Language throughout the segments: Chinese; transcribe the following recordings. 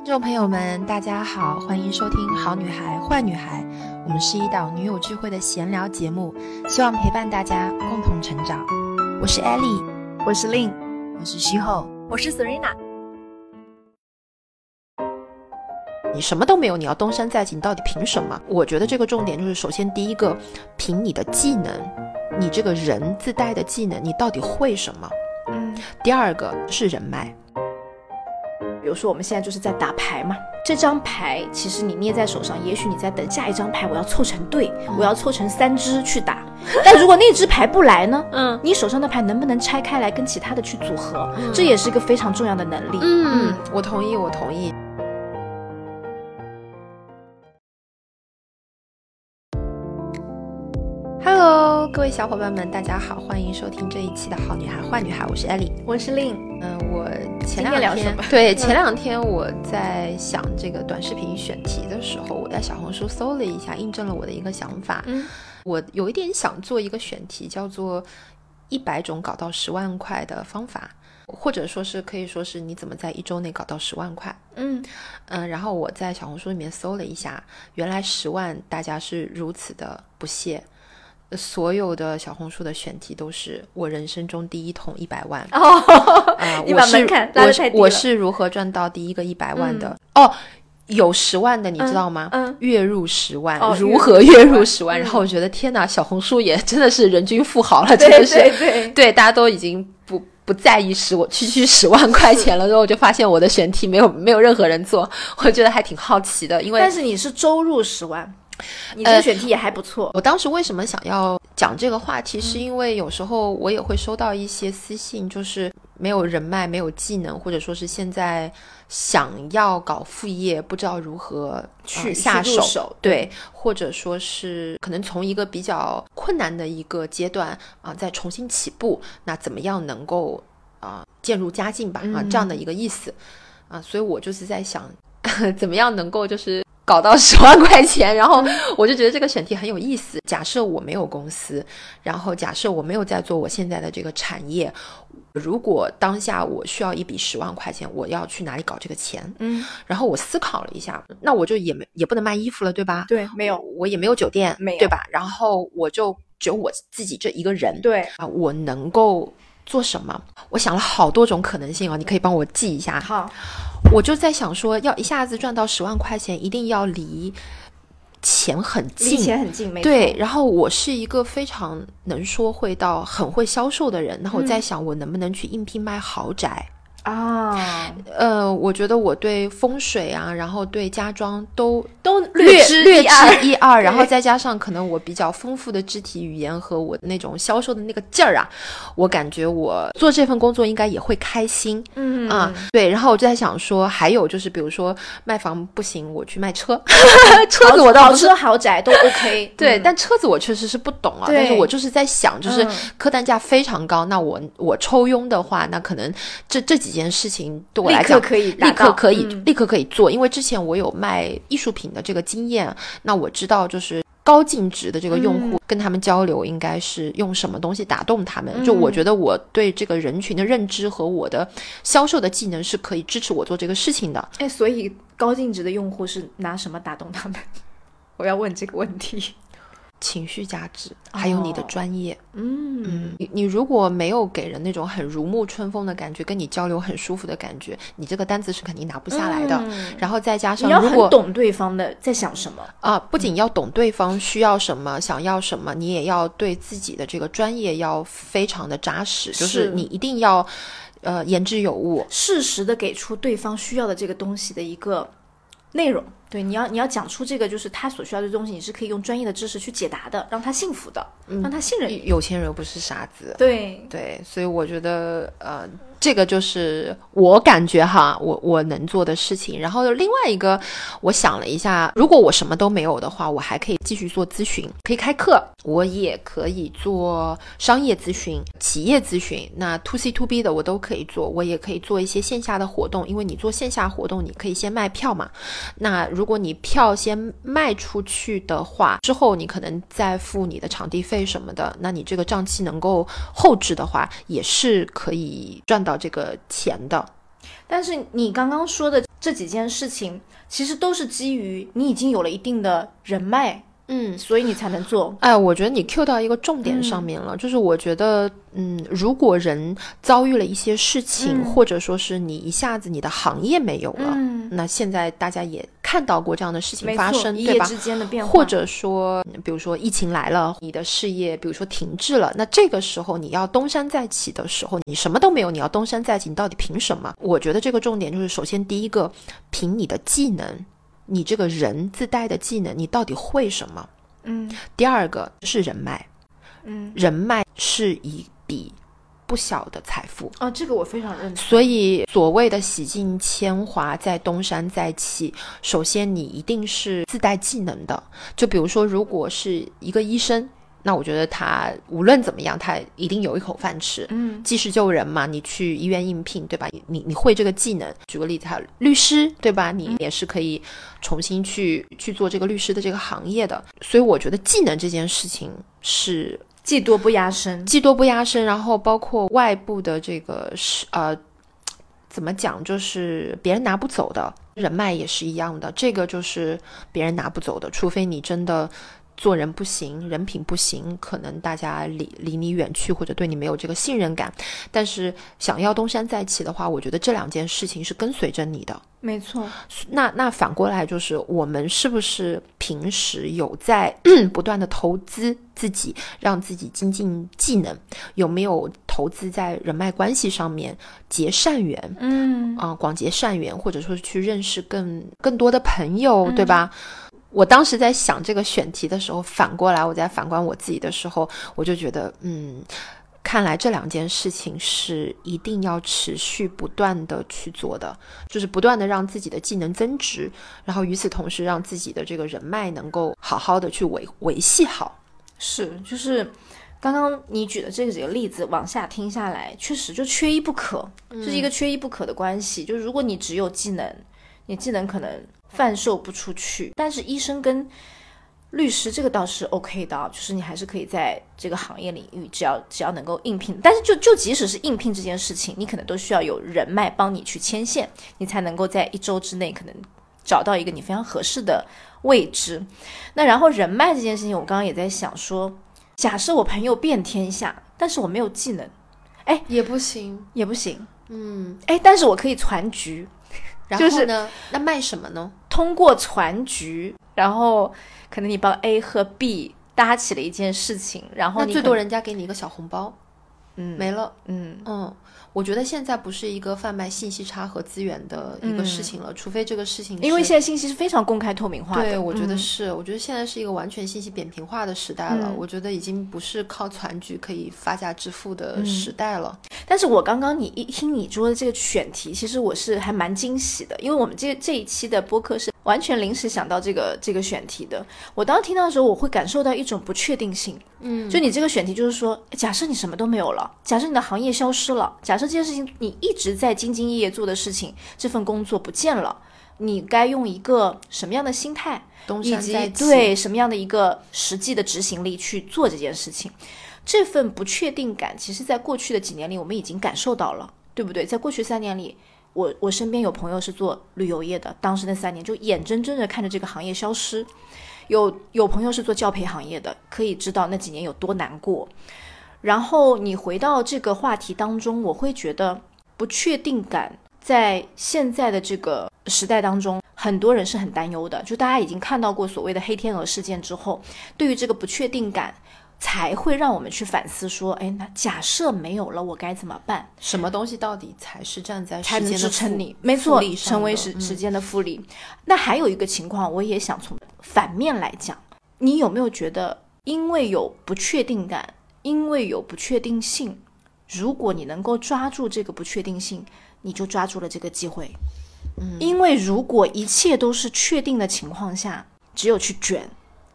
听众朋友们大家好，欢迎收听好女孩坏女孩，我们是一档女友聚会的闲聊节目，希望陪伴大家共同成长。我是 Ellie， 我是 Lin， 我是徐后， 我是 Serena。 你什么都没有，你要东山再起，你到底凭什么？我觉得这个重点就是首先第一个，凭你的技能，你这个人自带的技能，你到底会什么？第二个是人脉。 比如说我们现在就是在打牌嘛，这张牌其实你捏在手上，也许你在等下一张牌，我要凑成队，我要凑成3只去打。但如果那只牌不来呢？你手上的牌能不能拆开来跟其他的去组合？这也是一个非常重要的能力。 我同意。Hello， 各位小伙伴们，大家好，欢迎收听这一期的好女孩坏女孩，我是 Ellie， 我是 Lin。 我前两天我在想这个短视频选题的时候，我在小红书搜了一下，印证了我的一个想法。我有一点想做一个选题，叫做100种搞到10万块的方法，或者说是可以说是你怎么在1周内搞到10万块。然后我在小红书里面搜了一下，原来10万大家是如此的不屑。所有的小红书的选题都是我人生中第一桶100万。 你把门槛拉得太低了。 我是如何赚到第一个100万的？有10万的你知道吗？月入10万，如何月入10万？然后我觉得天哪，小红书也真的是人均富豪了，真的是。对，大家都已经不在意我区10万块钱了。然后我就发现我的选题没有任何人做，我觉得还挺好奇的。因为但是你是周入10万。你这个选题也还不错。 我当时为什么想要讲这个话题，是因为有时候我也会收到一些私信，就是没有人脉，没有技能，或者说是现在想要搞副业，不知道如何去下手。对，或者说是可能从一个比较困难的一个阶段再重新起步，那怎么样能够渐入佳境吧这样的一个意思所以我就是在想怎么样能够就是搞到10万块钱，然后我就觉得这个选题很有意思。假设我没有公司，然后假设我没有在做我现在的这个产业，如果当下我需要一笔10万块钱，我要去哪里搞这个钱？然后我思考了一下，那我就也不能卖衣服了，对吧？ 对，没有， 我也没有酒店， 没有， 对吧？然后我就只有我自己这一个人， 对我能够做什么？我想了好多种可能性你可以帮我记一下。 好， 我就在想说，要一下子赚到10万块钱，一定要离钱很近， 离钱很近，没错。 对，然后我是一个非常能说会道、很会销售的人，然后我在想，我能不能去应聘卖豪宅我觉得我对风水然后对家装都略知一二然后再加上可能我比较丰富的肢体语言和我那种销售的那个劲儿我感觉我做这份工作应该也会开心。对，然后我就在想说，还有就是比如说卖房不行，我去卖车车子我倒不是， 豪车豪宅都 OK 对，但车子我确实是不懂但是我就是在想，就是客单价非常高，那我抽佣的话，那可能这几件事情对我来讲立刻可以做。因为之前我有卖艺术品的这个经验，那我知道就是高净值的这个用户跟他们交流应该是用什么东西打动他们，就我觉得我对这个人群的认知和我的销售的技能是可以支持我做这个事情的。 所以高净值的用户是拿什么打动他们？我要问这个问题。 情绪价值还有你的专业。你如果没有给人那种很如沐春风的感觉，跟你交流很舒服的感觉，你这个单子是肯定拿不下来的。然后再加上你要很懂对方的在想什么不仅要懂对方需要什么想要什么，你也要对自己的这个专业要非常的扎实，就是你一定要言之有物， 适时的给出对方需要的这个东西的一个内容。对，你要讲出这个就是他所需要的东西，你是可以用专业的知识去解答的，让他幸福的，让他信任你。 有钱人不是傻子。 对， 所以我觉得这个就是我感觉我能做的事情。然后另外一个我想了一下，如果我什么都没有的话，我还可以继续做咨询，可以开课，我也可以做商业咨询、企业咨询，那 to C to B 的我都可以做。我也可以做一些线下的活动，因为你做线下活动你可以先卖票嘛，那如果你票先卖出去的话，之后你可能再付你的场地费什么的，那你这个账期能够后置的话，也是可以赚到这个钱的。 但是你刚刚说的这几件事情其实都是基于你已经有了一定的人脉，所以你才能做。 我觉得你 cue 到一个重点上面了，就是我觉得如果人遭遇了一些事情，或者说是你一下子你的行业没有了，那现在大家也看到过这样的事情发生， 一夜之间的变化， 或者说比如说疫情来了，你的事业比如说停滞了，那这个时候你要东山再起的时候，你什么都没有，你要东山再起，你到底凭什么？我觉得这个重点就是首先第一个，凭你的技能，你这个人自带的技能，你到底会什么？第二个是人脉，人脉是一笔不小的财富这个我非常认同。 所以所谓的洗尽铅华在东山再起，首先你一定是自带技能的。就比如说如果是一个医生，那我觉得他无论怎么样他一定有一口饭吃，济世救人嘛，你去医院应聘，对吧？你会这个技能。举个例子，还有律师，对吧？你也是可以重新去做这个律师的这个行业的。所以我觉得技能这件事情是技多不压身， 然后包括外部的这个怎么讲，就是别人拿不走的，人脉也是一样的，这个就是别人拿不走的，除非你真的做人不行，人品不行，可能大家离你远去，或者对你没有这个信任感。但是想要东山再起的话，我觉得这两件事情是跟随着你的。 没错。 那反过来就是我们是不是平时有在不断的投资自己，让自己精进技能，有没有投资在人脉关系上面，结善缘，广结善缘，或者说去认识更多的朋友，对吧？我当时在想这个选题的时候，反过来我在反观我自己的时候，我就觉得看来这两件事情是一定要持续不断的去做的，就是不断的让自己的技能增值，然后与此同时让自己的这个人脉能够好好的去维系好。 是，就是刚刚你举的这几个例子往下听下来，确实就缺一不可，这是一个缺一不可的关系。就是如果你只有技能，你技能可能贩售不出去，但是医生跟律师这个倒是 OK 的，就是你还是可以在这个行业领域只要能够应聘，但是就即使是应聘这件事情，你可能都需要有人脉帮你去牵线，你才能够在1周之内可能找到一个你非常合适的位置。那然后人脉这件事情，我刚刚也在想说，假设我朋友遍天下，但是我没有技能， 也不行， 但是我可以传局。 然后呢，那卖什么呢？ 通过传局，然后可能你帮 A 和 B 搭起了一件事情，然后那最多人家给你一个小红包，没了。我觉得现在不是一个贩卖信息差和资源的一个事情了，除非这个事情因为现在信息是非常公开透明化的。 对，我觉得是，我觉得现在是一个完全信息扁平化的时代了，我觉得已经不是靠传局可以发家致富的时代了。 但是我刚刚一听你说的这个选题，其实我是还蛮惊喜的，因为我们这一期的播客是完全临时想到这个选题的。我当时听到的时候，我会感受到一种不确定性。就你这个选题就是说，假设你什么都没有了，假设你的行业消失了，假设这件事情你一直在兢兢业业做的事情，这份工作不见了，你该用一个什么样的心态，以及对什么样的一个实际的执行力去做这件事情。这份不确定感其实在过去的几年里我们已经感受到了，对不对？在过去3年里，我身边有朋友是做旅游业的，当时那3年就眼睁睁的看着这个行业消失，有朋友是做教培行业的，可以知道那几年有多难过。然后你回到这个话题当中，我会觉得不确定感在现在的这个时代当中，很多人是很担忧的。就大家已经看到过所谓的黑天鹅事件之后，对于这个不确定感才会让我们去反思说，那假设没有了，我该怎么办？ 什么东西到底才是站在才能支撑你？没错，成为时间的复利。那还有一个情况，我也想从反面来讲，你有没有觉得，因为有不确定感，因为有不确定性，如果你能够抓住这个不确定性，你就抓住了这个机会。因为如果一切都是确定的情况下，只有去卷，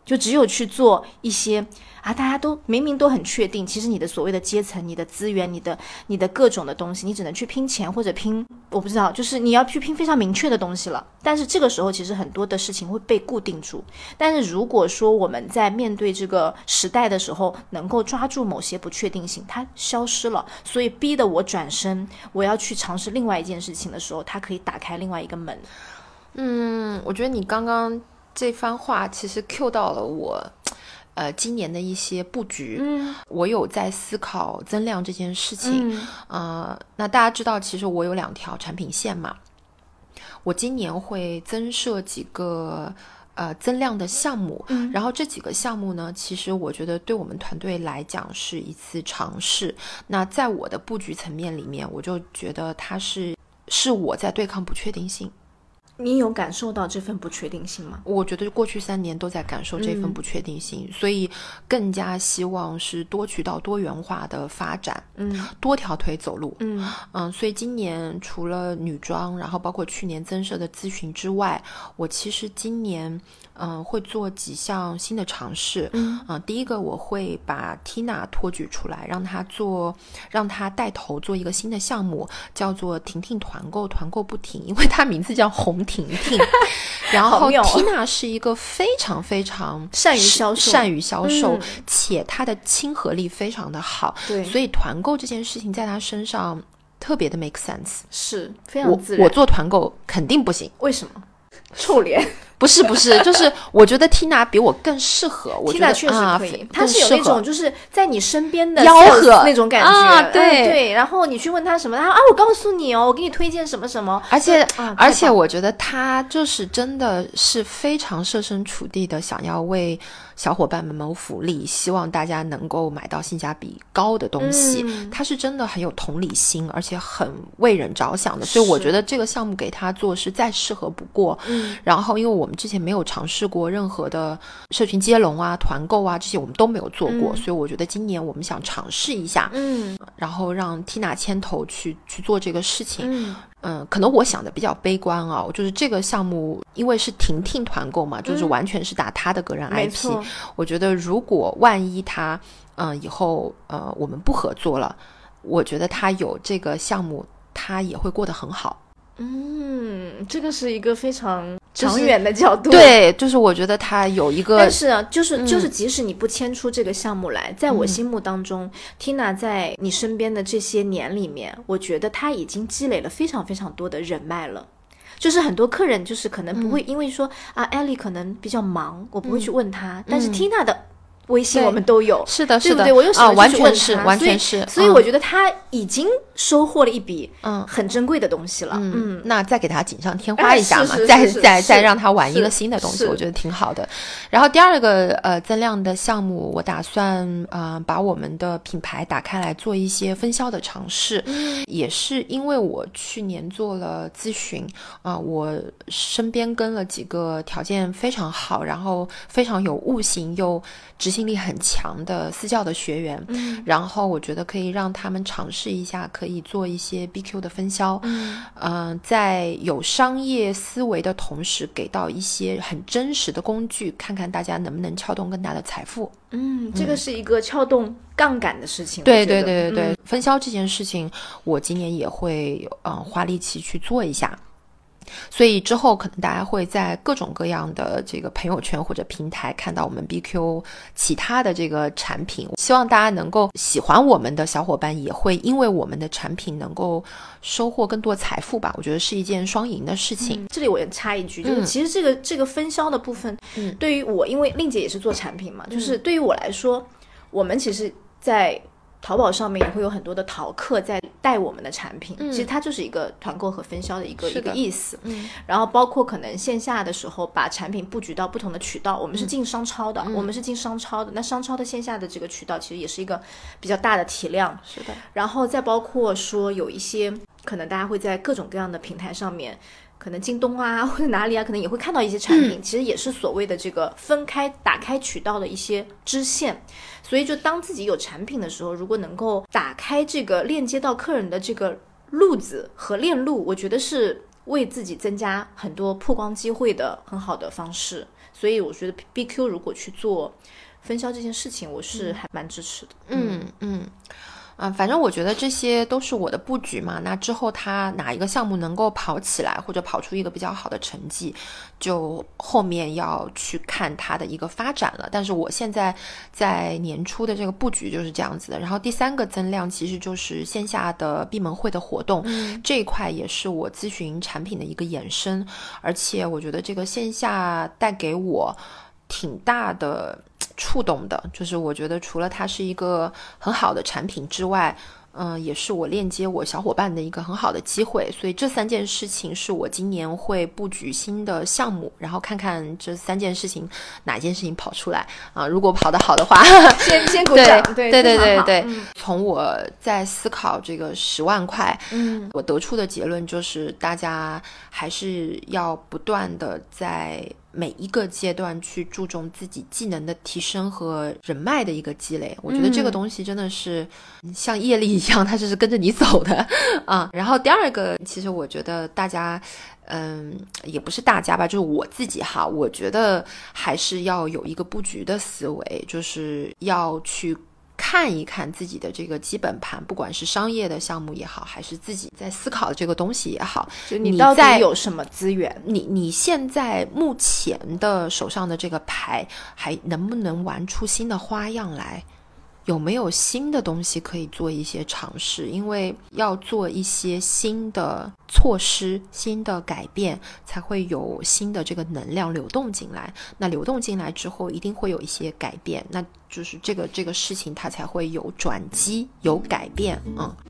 就只有去做一些大家都明明都很确定，其实你的所谓的阶层、你的资源、你的各种的东西，你只能去拼钱或者拼，我不知道，就是你要去拼非常明确的东西了。但是这个时候其实很多的事情会被固定住。但是如果说我们在面对这个时代的时候，能够抓住某些不确定性，它消失了，所以逼得我转身，我要去尝试另外一件事情的时候，它可以打开另外一个门。 我觉得你刚刚这番话其实 cue 到了我今年的一些布局。我有在思考增量这件事情。那大家知道其实我有2条产品线嘛，我今年会增设几个增量的项目。然后这几个项目呢，其实我觉得对我们团队来讲是一次尝试。那在我的布局层面里面，我就觉得它是我在对抗不确定性。 你有感受到这份不确定性吗？ 我觉得过去3年都在感受这份不确定性，所以更加希望是多渠道多元化的发展，多条腿走路。所以今年除了女装，然后包括去年增设的咨询之外，我其实今年会做几项新的尝试。第一个我会把 Tina 托举出来，让她带头做一个新的项目，叫做婷婷团购，团购不停，因为她名字叫红婷婷。然后 Tina 是一个非常非常善于销售， 且她的亲和力非常的好。 对， 所以团购这件事情在她身上特别的 make sense， 是非常自然。 我做团购肯定不行。 为什么？臭脸。 不是，就是我觉得 Tina 比我更适合。我觉得 Tina 确实可以，她是有那种就是在你身边的吆喝那种感觉。 对， 然后你去问她什么，我告诉你哦，我给你推荐什么什么。 而且我觉得她就是真的是非常设身处地的想要为小伙伴们谋福利，希望大家能够买到性价比高的东西。她是真的很有同理心，而且很为人着想的，所以我觉得这个项目给她做是再适合不过。然后因为我们之前没有尝试过任何的社群接龙啊、团购啊，这些我们都没有做过，所以我觉得今年我们想尝试一下。然后让 Tina 牵头去做这个事情。可能我想的比较悲观啊，就是这个项目因为是婷婷团购嘛，就是完全是打她的个人 IP。我觉得如果万一她以后我们不合作了，我觉得她有这个项目，她也会过得很好。 这个是一个非常长远的角度。 对，就是我觉得他有一个， 但是就是即使你不牵出这个项目来，在我心目当中，Tina 在你身边的这些年里面，我觉得他已经积累了非常非常多的人脉了。就是很多客人就是可能不会因为说Ellie 可能比较忙，我不会去问他，但是 Tina 的微信我们都有。 是的， 对不对？我有什么完全是，完全是。 所以我觉得他已经收获了一笔很珍贵的东西了。 那再给他锦上添花一下嘛，再让他玩一个新的东西，我觉得挺好的。然后第二个增量的项目，我打算把我们的品牌打开来做一些分销的尝试。也是因为我去年做了咨询我身边跟了几个条件非常好，然后非常有悟性又执行力很强的私教的学员。然后我觉得可以让他们尝试一下，可以做一些 BQ 的分销。在有商业思维的同时，给到一些很真实的工具，看看大家能不能撬动更大的财富。 这个是一个撬动杠杆的事情。 对，分销这件事情我今年也会花力气去做一下。所以之后可能大家会在各种各样的这个朋友圈或者平台看到我们 BQ 其他的这个产品。希望大家能够喜欢我们的小伙伴也会因为我们的产品能够收获更多财富吧，我觉得是一件双赢的事情。 这里我也插一句，就是其实这个分销的部分，对于我，因为令姐也是做产品嘛，就是对于我来说，我们其实在淘宝上面也会有很多的淘客在带我们的产品，其实它就是一个团购和分销的一个意思。然后包括可能线下的时候把产品布局到不同的渠道，我们是进商超的，那商超的线下的这个渠道其实也是一个比较大的体量。 是的。然后再包括说有一些可能大家会在各种各样的平台上面，可能京东啊或者哪里啊，可能也会看到一些产品，其实也是所谓的这个分开打开渠道的一些支线。所以就当自己有产品的时候，如果能够打开这个链接到客人的这个路子和链路，我觉得是为自己增加很多曝光机会的很好的方式。所以我觉得 BQ 如果去做分销这件事情，我是还蛮支持的。 反正我觉得这些都是我的布局嘛，那之后他哪一个项目能够跑起来，或者跑出一个比较好的成绩，就后面要去看它的一个发展了。但是我现在在年初的这个布局就是这样子的。然后第三个增量其实就是线下的闭门会的活动，这一块也是我咨询产品的一个衍生，而且我觉得这个线下带给我挺大的触动的，就是我觉得除了它是一个很好的产品之外，也是我链接我小伙伴的一个很好的机会。所以这3件事情是我今年会布局新的项目，然后看看这3件事情哪件事情跑出来啊，如果跑得好的话先鼓掌。 对，从我在思考这个10万块，我得出的结论就是大家还是要不断的在每一个阶段去注重自己技能的提升和人脉的一个积累。我觉得这个东西真的是像业力一样，它就是跟着你走的啊。然后第二个，其实我觉得大家也不是大家吧，就是我自己哈，我觉得还是要有一个布局的思维，就是要去看一看自己的这个基本盘，不管是商业的项目也好，还是自己在思考的这个东西也好， 就你到底有什么资源， 你现在目前的手上的这个牌还能不能玩出新的花样来，有没有新的东西可以做一些尝试。因为要做一些新的措施，新的改变，才会有新的这个能量流动进来，那流动进来之后一定会有一些改变，那就是这个事情它才会有转机，有改变。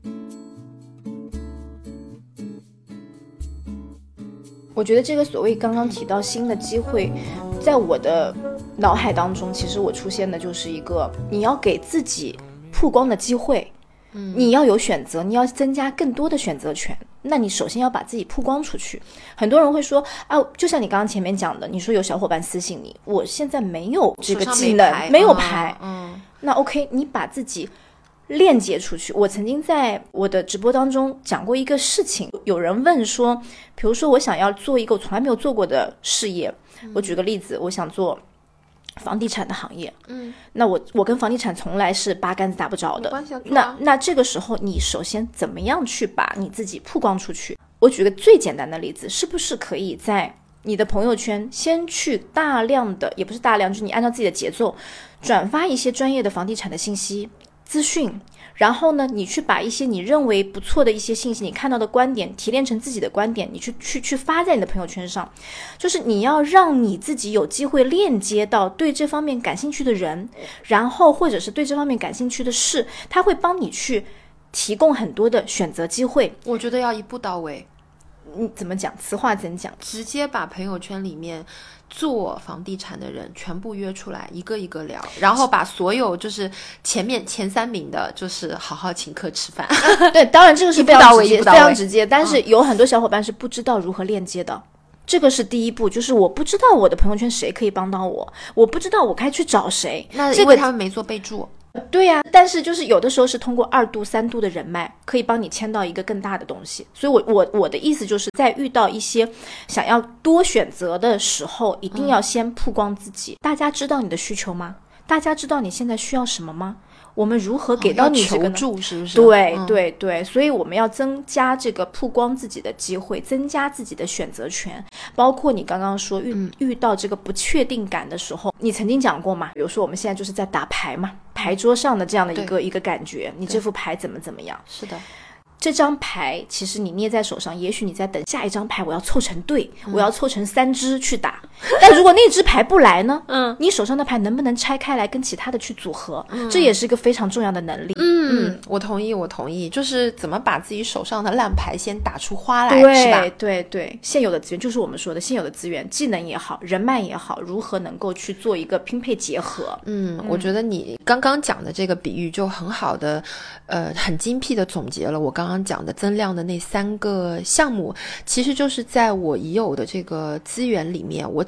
我觉得这个所谓刚刚提到新的机会，在我的脑海当中，其实我出现的就是一个你要给自己曝光的机会，你要有选择，你要增加更多的选择权，那你首先要把自己曝光出去。很多人会说啊，就像你刚刚前面讲的，你说有小伙伴私信你，我现在没有这个技能，没有牌，那 OK， 你把自己链接出去。我曾经在我的直播当中讲过一个事情，有人问说，比如说我想要做一个我从来没有做过的事业，我举个例子，我想做房地产的行业，那我跟房地产从来是八竿子打不着的，那这个时候你首先怎么样去把你自己曝光出去？我举个最简单的例子，是不是可以在你的朋友圈先去大量的，也不是大量，就是你按照自己的节奏转发一些专业的房地产的信息资讯，然后呢，你去把一些你认为不错的一些信息，你看到的观点提炼成自己的观点，你去发在你的朋友圈上，就是你要让你自己有机会链接到对这方面感兴趣的人，然后或者是对这方面感兴趣的事，他会帮你去提供很多的选择机会。 我觉得要一步到位。 你怎么讲？此话怎讲？ 直接把朋友圈里面做房地产的人全部约出来，一个一个聊，然后把所有就是前3名的，就是好好请客吃饭。 对，当然这个是非常直接，非常直接。但是有很多小伙伴是不知道如何链接的。这个是第一步，就是我不知道我的朋友圈谁可以帮到我，我不知道我该去找谁。 那因为他们没做备注。 对呀，但是就是有的时候是通过2度3度的人脉可以帮你签到一个更大的东西。所以我的意思就是在遇到一些想要多选择的时候，一定要先曝光自己。大家知道你的需求吗？大家知道你现在需要什么吗？我们如何给到你这个求助，是不是？ 对，所以我们要增加这个曝光自己的机会，增加自己的选择权。包括你刚刚说遇到这个不确定感的时候，你曾经讲过嘛，比如说我们现在就是在打牌嘛，牌桌上的这样的一个感觉，你这副牌怎么样？ 是的。 这张牌其实你捏在手上，也许你在等下一张牌，我要凑成对，我要凑成3只去打。但如果那只牌不来呢？你手上的牌能不能拆开来跟其他的去组合？这也是一个非常重要的能力。 我同意，就是怎么把自己手上的烂牌先打出花来，是吧？ 对，现有的资源就是我们说的现有的资源，技能也好，人脉也好，如何能够去做一个拼配结合？ 我觉得你刚刚讲的这个比喻就很好的，很精辟的总结了我刚刚讲的增量的那3个项目，其实就是在我已有的这个资源里面，我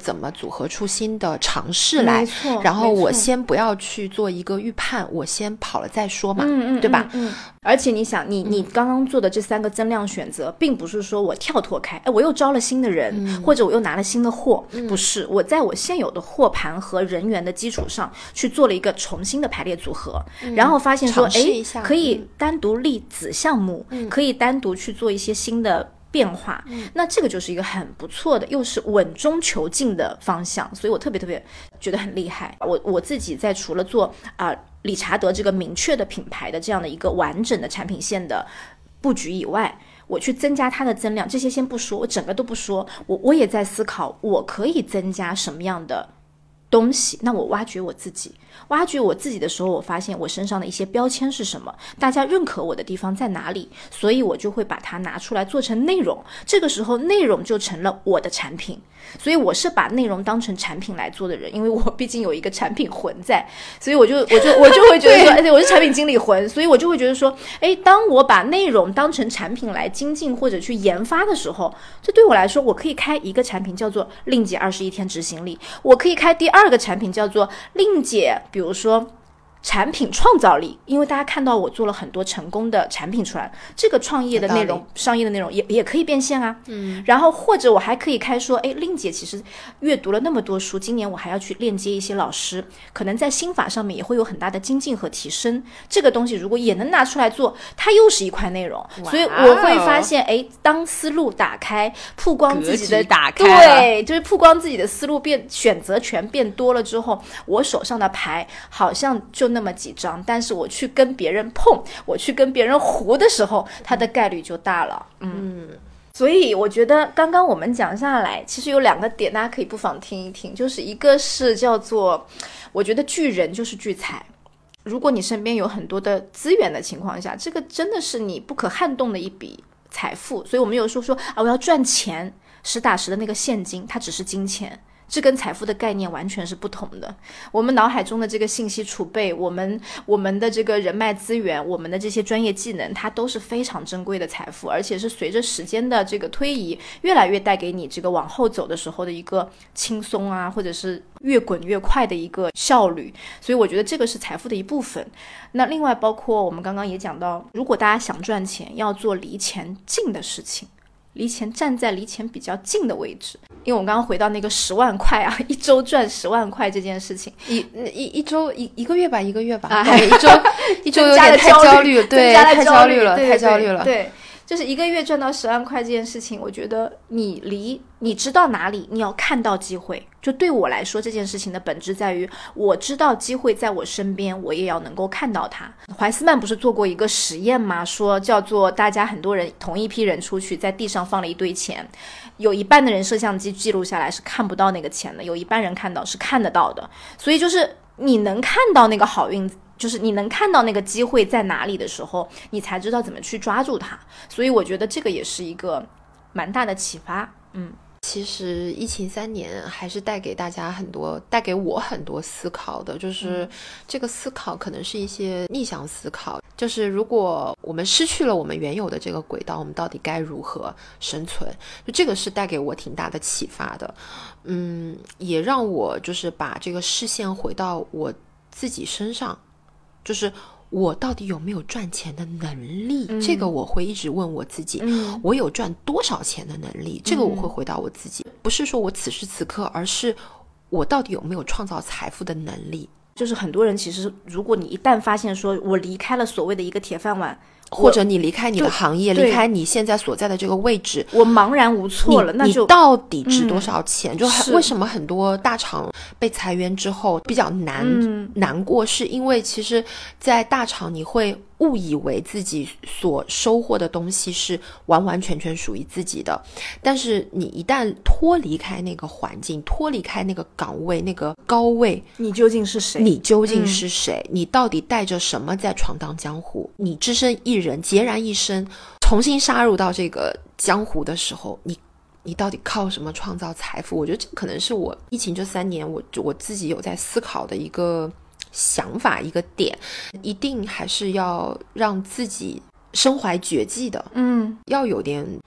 怎么组合出新的尝试来，然后我先不要去做一个预判，我先跑了再说嘛，对吧？ 而且你想，你刚刚做的这3个增量选择，并不是说我跳脱开，我又招了新的人，或者我又拿了新的货，不是，我在我现有的货盘和人员的基础上去做了一个重新的排列组合，然后发现说，可以单独立子项目，可以单独去做一些新的变化，那这个就是一个很不错的，又是稳中求进的方向，所以我特别觉得很厉害。我自己在除了做理查德这个明确的品牌的这样的一个完整的产品线的布局以外，我去增加它的增量，这些先不说，我整个都不说，我也在思考我可以增加什么样的东西。那我挖掘我自己的时候，我发现我身上的一些标签是什么，大家认可我的地方在哪里，所以我就会把它拿出来做成内容，这个时候内容就成了我的产品。所以我是把内容当成产品来做的人，因为我毕竟有一个产品魂在，所以我就会觉得说，而且我是产品经理魂，所以我就会觉得说，当我把内容当成产品来精进或者去研发的时候，这对我来说，我可以开一个产品叫做令姐21天执行力，我可以开第2个产品叫做令姐，比如说产品创造力，因为大家看到我做了很多成功的产品出来，这个创业的内容、商业的内容也可以变现啊。然后或者我还可以开说，令姐其实阅读了那么多书，今年我还要去链接一些老师，可能在心法上面也会有很大的精进和提升。这个东西如果也能拿出来做，它又是一块内容。所以我会发现，当思路打开，曝光自己的打开， 对，就是曝光自己的思路选择权变多了之后，我手上的牌好像就那么几张，但是我去跟别人碰，我去跟别人胡的时候，它的概率就大了。所以我觉得刚刚我们讲下来，其实有2个点大家可以不妨听一听，就是一个是叫做，我觉得聚人就是聚财。如果你身边有很多的资源的情况下，这个真的是你不可撼动的一笔财富。所以我们有时候说我要赚钱，实打实的那个现金，它只是金钱，这跟财富的概念完全是不同的。我们脑海中的这个信息储备，我们的这个人脉资源，我们的这些专业技能，它都是非常珍贵的财富，而且是随着时间的这个推移，越来越带给你这个往后走的时候的一个轻松啊，或者是越滚越快的一个效率。所以我觉得这个是财富的一部分。那另外包括我们刚刚也讲到，如果大家想赚钱，要做离钱近的事情，站在离钱比较近的位置。因为我们刚刚回到那个10万块啊，一周赚10万块这件事情， 一周一个月吧，一周有点太焦虑，对，太焦虑了，太焦虑了， 对。就是1个月赚到10万块这件事情，我觉得你知道哪里，你要看到机会。就对我来说，这件事情的本质在于，我知道机会在我身边，我也要能够看到它。怀斯曼不是做过一个实验吗？说叫做大家很多人同一批人出去，在地上放了一堆钱，有一半的人摄像机记录下来是看不到那个钱的，有一半人看到是看得到的。所以就是你能看到那个好运，就是你能看到那个机会在哪里的时候，你才知道怎么去抓住它。所以我觉得这个也是一个蛮大的启发。 其实疫情3年还是带给我很多思考的，就是这个思考可能是一些逆向思考，就是如果我们失去了我们原有的这个轨道，我们到底该如何生存，就这个是带给我挺大的启发的。也让我就是把这个视线回到我自己身上，就是我到底有没有赚钱的能力，这个我会一直问我自己。我有赚多少钱的能力，这个我会回答我自己。不是说我此时此刻，而是我到底有没有创造财富的能力。 就是很多人其实，如果你一旦发现说我离开了所谓的一个铁饭碗， 或者你离开你的行业，离开你现在所在的这个位置， 我茫然无措了，那就你到底值多少钱？就为什么很多大厂被裁员之后比较难过，是因为其实在大厂你会误以为自己所收获的东西是完完全全属于自己的，但是你一旦脱离开那个环境，脱离开那个岗位，那个高位， 你究竟是谁？ 你到底带着什么在闯荡江湖？你只身一人孑然一身重新杀入到这个江湖的时候，你到底靠什么创造财富？我觉得这可能是我疫情这3年我自己有在思考的一个想法，一个点。一定还是要让自己身怀绝技的，要有点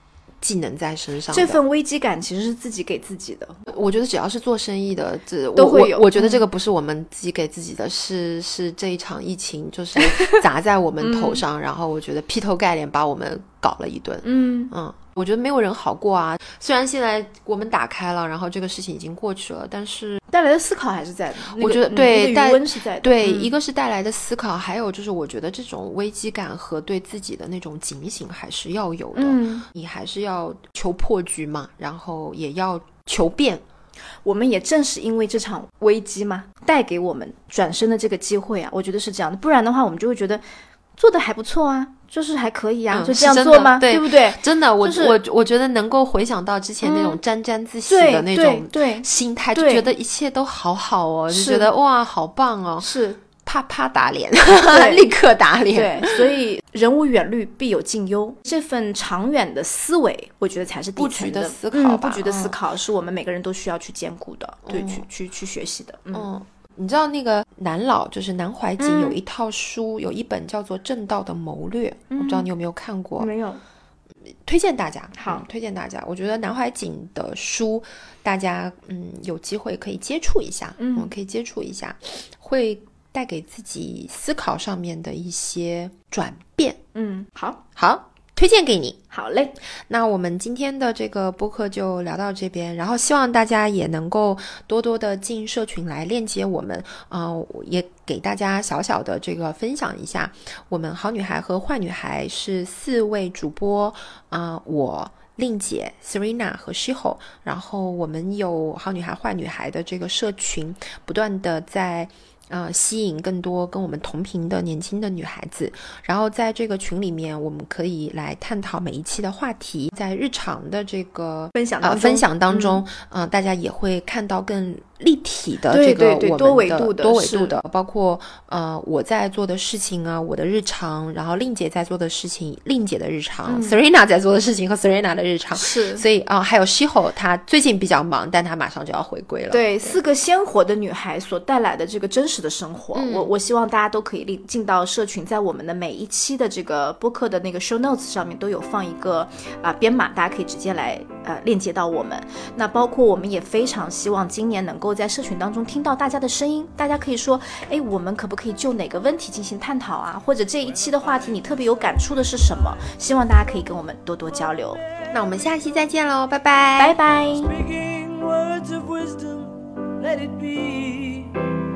技能在身上的。 这份危机感其实是自己给自己的。 我觉得只要是做生意的， 都会有。 我觉得这个不是我们自己给自己的，是这一场疫情就是砸在我们头上，然后我觉得劈头盖脸把我们搞了一顿。我觉得没有人好过啊。虽然现在我们打开了，然后这个事情已经过去了，但是带来的思考还是在的。 我觉得对， 余温是在的。 对，一个是带来的思考，还有就是我觉得这种危机感和对自己的那种警醒还是要有的。你还是要求破局嘛，然后也要求变。 我们也正是因为这场危机嘛，带给我们转身的这个机会啊，我觉得是这样的。不然的话，我们就会觉得做的还不错啊，就是还可以啊，就这样做吗？ 对不对？ 真的，我觉得能够回想到之前那种沾沾自喜的那种心态，就觉得一切都好好哦，就觉得哇好棒哦， 是啪啪打脸立刻打脸。 对，所以人无远虑必有近忧，这份长远的思维我觉得才是底层的布局的思考吧。 布局的思考是我们每个人都需要去兼顾的，对，去学习的。 你知道那个南老就是南怀瑾有一套书，有一本叫做《正道的谋略》，我不知道你有没有看过？ 没有。 推荐大家， 好， 推荐大家。我觉得南怀瑾的书，大家有机会可以接触一下，可以接触一下，会带给自己思考上面的一些转变。好，推荐给你。 好嘞， 那我们今天的这个播客就聊到这边，然后希望大家也能够多多的进社群来链接我们，也给大家小小的这个分享一下，我们好女孩和坏女孩是4位主播，我令姐 Serena 和 Shiho， 然后我们有好女孩坏女孩的这个社群，不断的在吸引更多跟我们同频的年轻的女孩子，然后在这个群里面我们可以来探讨每一期的话题，在日常的这个分享当中，大家也会看到更立体的这个我们的多维度的，包括我在做的事情啊，我的日常，然后令姐在做的事情，令姐的日常，Serena 在做的事情和 Serena 的日常， 是， 所以还有 Shiho 她最近比较忙，但她马上就要回归了。 对，4个鲜活的女孩所带来的这个真实的生活，我希望大家都可以进到社群，在我们的每一期的这个播客的那个 show notes 上面都有放一个编码，大家可以直接来链接到我们。那包括我们也非常希望今年能够在社群当中听到大家的声音，大家可以说，我们可不可以就哪个问题进行探讨啊？或者这一期的话题你特别有感触的是什么？希望大家可以跟我们多多交流。 那我们下期再见喽，拜拜， 拜拜。 Speaking words of wisdom, let it be.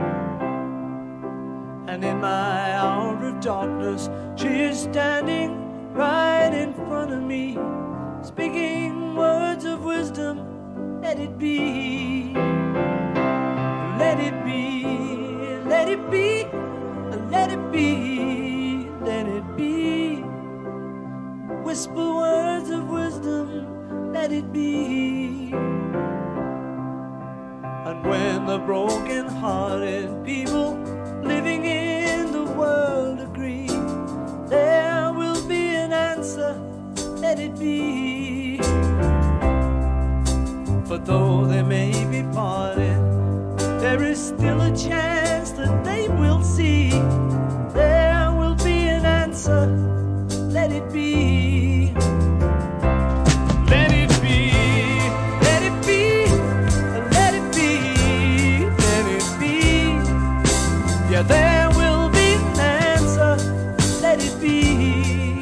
And in my hour of darkness, she is standing right in front of me. Speaking words of wisdom, let it be. Let it be, let it be, let it be, let it be. Whisper words of wisdom, let it be. And when the broken-hearted people living in the world agree, there will be an answer, let it be. But though they may be parted, there is still a chance that they will see. There will be an answer, let it be. Let it be, let it be, let it be, let it be. Yeah, there will be an answer, let it be.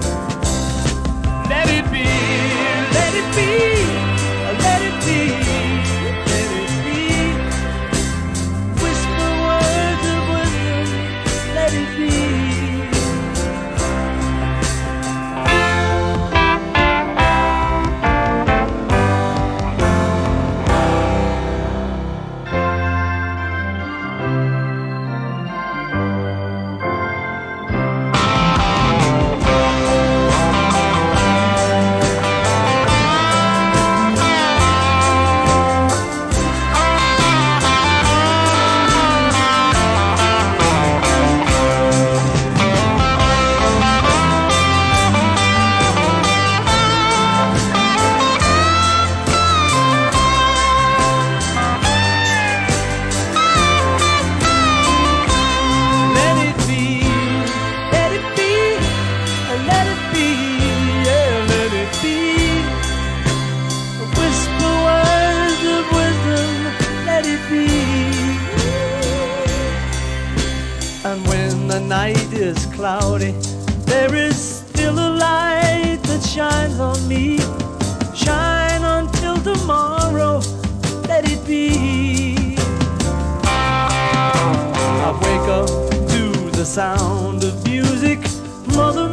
Let it be, let it be, let it be, let it be. Whisper night is cloudy, there is still a light that shines on me. Shine until tomorrow, let it be. I wake up to the sound of music. Mother